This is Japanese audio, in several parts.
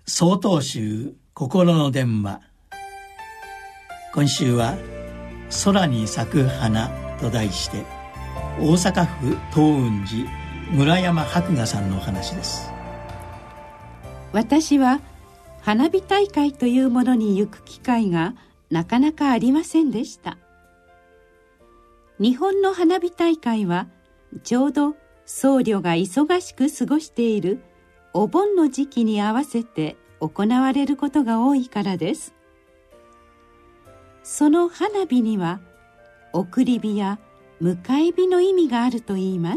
曹洞宗心の電話。今週は空に咲く花と題して、大阪府東雲寺村山博雅さんのお話です。 私は花火大会というものに行く機会がなかなかありませんでした。日本の花火大会はちょうど僧侶が忙しく過ごしているお盆の時期に合わせて行われることが多いからです。その花火には送り火や迎え火の意味があるといいます。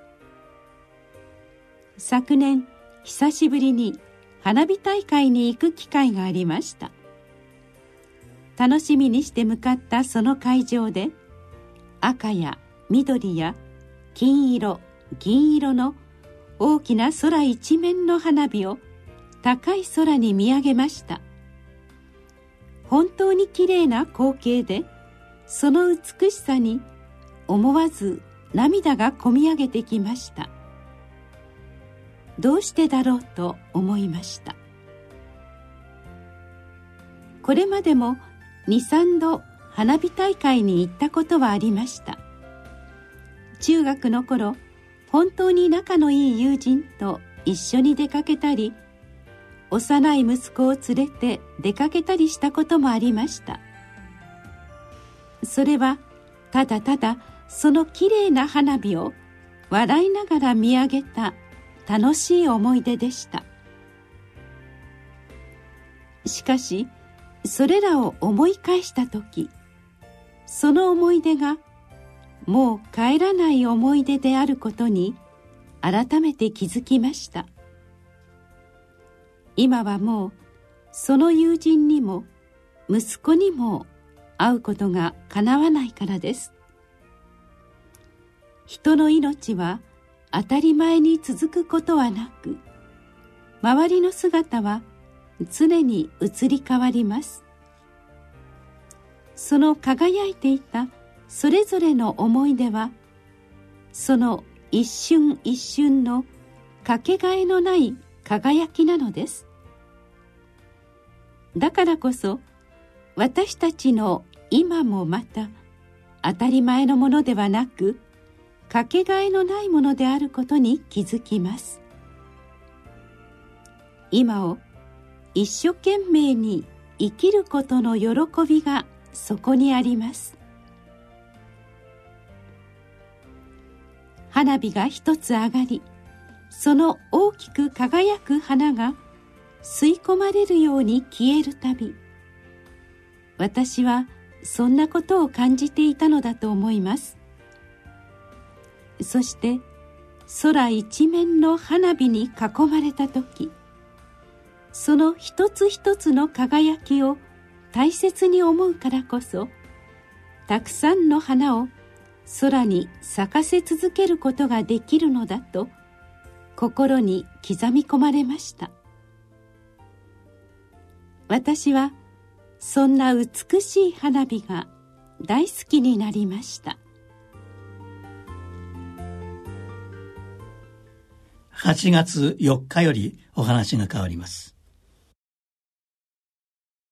昨年久しぶりに花火大会に行く機会がありました。楽しみにして向かったその会場で、赤や緑や金色、銀色の大きな空一面の花火を高い空に見上げました。本当にきれいな光景で、その美しさに思わず涙がこみ上げてきました。どうしてだろうと思いました。これまでも 2,3 度花火大会に行ったことはありました。中学の頃、本当に仲のいい友人と一緒に出かけたり、幼い息子を連れて出かけたりしたこともありました。それはただただそのきれいな花火を笑いながら見上げた楽しい思い出でした。しかしそれらを思い返したとき、その思い出がもう帰らない思い出であることに改めて気づきました。今はもうその友人にも息子にも会うことがかなわないからです。人の命は当たり前に続くことはなく、周りの姿は常に移り変わります。その輝いていたそれぞれの思い出は、その一瞬一瞬のかけがえのない輝きなのです。だからこそ私たちの今もまた当たり前のものではなく、かけがえのないものであることに気づきます。今を一生懸命に生きることの喜びがそこにあります。花火が一つ上がり、その大きく輝く花が吸い込まれるように消えるたび、私はそんなことを感じていたのだと思います。そして空一面の花火に囲まれたとき、その一つ一つの輝きを大切に思うからこそ、たくさんの花を空に咲かせ続けることができるのだと心に刻み込まれました。私はそんな美しい花火が大好きになりました。 8月4日よりお話が変わります。